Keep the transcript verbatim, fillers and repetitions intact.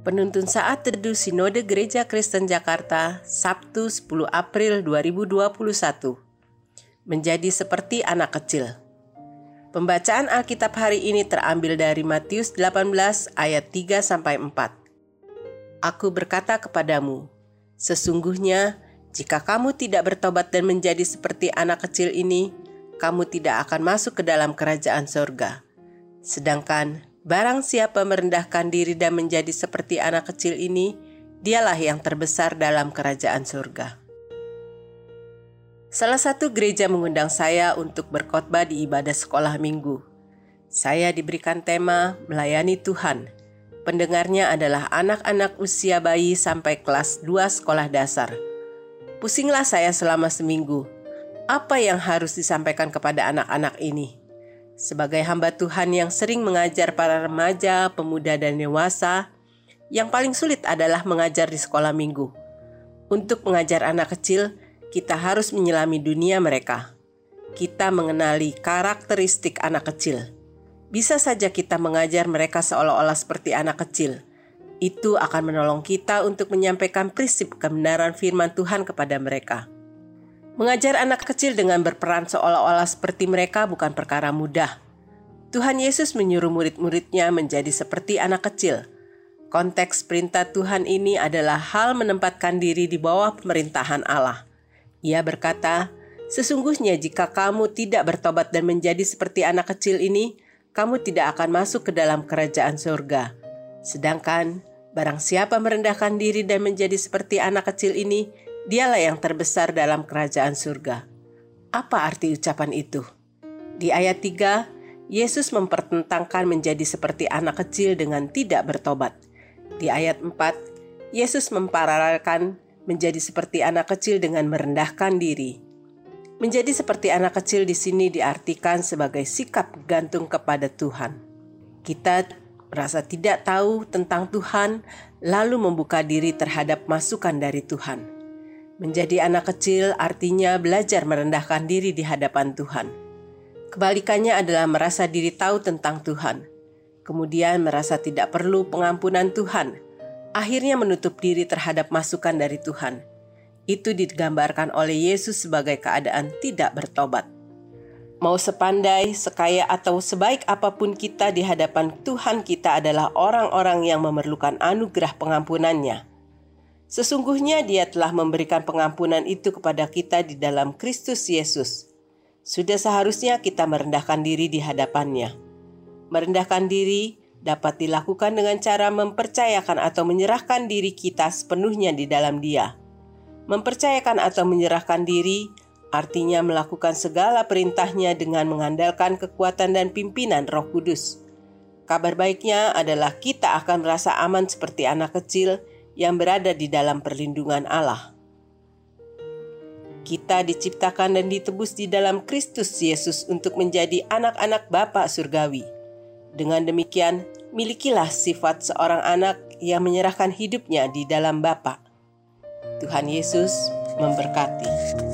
Penuntun Saat Teduh Sinode Gereja Kristen Jakarta, Sabtu sepuluh April dua ribu dua puluh satu. Menjadi seperti anak kecil. Pembacaan Alkitab hari ini terambil dari Matius delapan belas ayat tiga sampai empat. Aku berkata kepadamu, sesungguhnya jika kamu tidak bertobat dan menjadi seperti anak kecil ini, kamu tidak akan masuk ke dalam kerajaan surga. Sedangkan barang siapa merendahkan diri dan menjadi seperti anak kecil ini, dialah yang terbesar dalam kerajaan surga. Salah satu gereja mengundang saya untuk berkhotbah di ibadah sekolah minggu. Saya diberikan tema melayani Tuhan. Pendengarnya adalah anak-anak usia bayi sampai kelas dua sekolah dasar. Pusinglah saya selama seminggu. Apa yang harus disampaikan kepada anak-anak ini? Sebagai hamba Tuhan yang sering mengajar para remaja, pemuda, dan dewasa, yang paling sulit adalah mengajar di sekolah minggu. Untuk mengajar anak kecil, kita harus menyelami dunia mereka. Kita mengenali karakteristik anak kecil. Bisa saja kita mengajar mereka seolah-olah seperti anak kecil. Itu akan menolong kita untuk menyampaikan prinsip kebenaran firman Tuhan kepada mereka. Mengajar anak kecil dengan berperan seolah-olah seperti mereka bukan perkara mudah. Tuhan Yesus menyuruh murid-muridnya menjadi seperti anak kecil. Konteks perintah Tuhan ini adalah hal menempatkan diri di bawah pemerintahan Allah. Ia berkata, sesungguhnya jika kamu tidak bertobat dan menjadi seperti anak kecil ini, kamu tidak akan masuk ke dalam kerajaan surga. Sedangkan barang siapa merendahkan diri dan menjadi seperti anak kecil ini, dialah yang terbesar dalam kerajaan surga. Apa arti ucapan itu? Di ayat tiga, Yesus mempertentangkan menjadi seperti anak kecil dengan tidak bertobat. Di ayat empat, Yesus memparalelkan menjadi seperti anak kecil dengan merendahkan diri. Menjadi seperti anak kecil di sini diartikan sebagai sikap gantung kepada Tuhan. Kita merasa tidak tahu tentang Tuhan, lalu membuka diri terhadap masukan dari Tuhan. Menjadi anak kecil artinya belajar merendahkan diri di hadapan Tuhan. Kebalikannya adalah merasa diri tahu tentang Tuhan, kemudian merasa tidak perlu pengampunan Tuhan, akhirnya menutup diri terhadap masukan dari Tuhan. Itu digambarkan oleh Yesus sebagai keadaan tidak bertobat. Mau sepandai, sekaya, atau sebaik apapun kita di hadapan Tuhan, kita adalah orang-orang yang memerlukan anugerah pengampunannya. Sesungguhnya Dia telah memberikan pengampunan itu kepada kita di dalam Kristus Yesus. Sudah seharusnya kita merendahkan diri di hadapannya. Merendahkan diri dapat dilakukan dengan cara mempercayakan atau menyerahkan diri kita sepenuhnya di dalam Dia. Mempercayakan atau menyerahkan diri artinya melakukan segala perintahnya dengan mengandalkan kekuatan dan pimpinan Roh Kudus. Kabar baiknya adalah kita akan merasa aman seperti anak kecil yang berada di dalam perlindungan Allah. Kita diciptakan dan ditebus di dalam Kristus Yesus untuk menjadi anak-anak Bapa surgawi. Dengan demikian, milikilah sifat seorang anak yang menyerahkan hidupnya di dalam Bapa. Tuhan Yesus memberkati.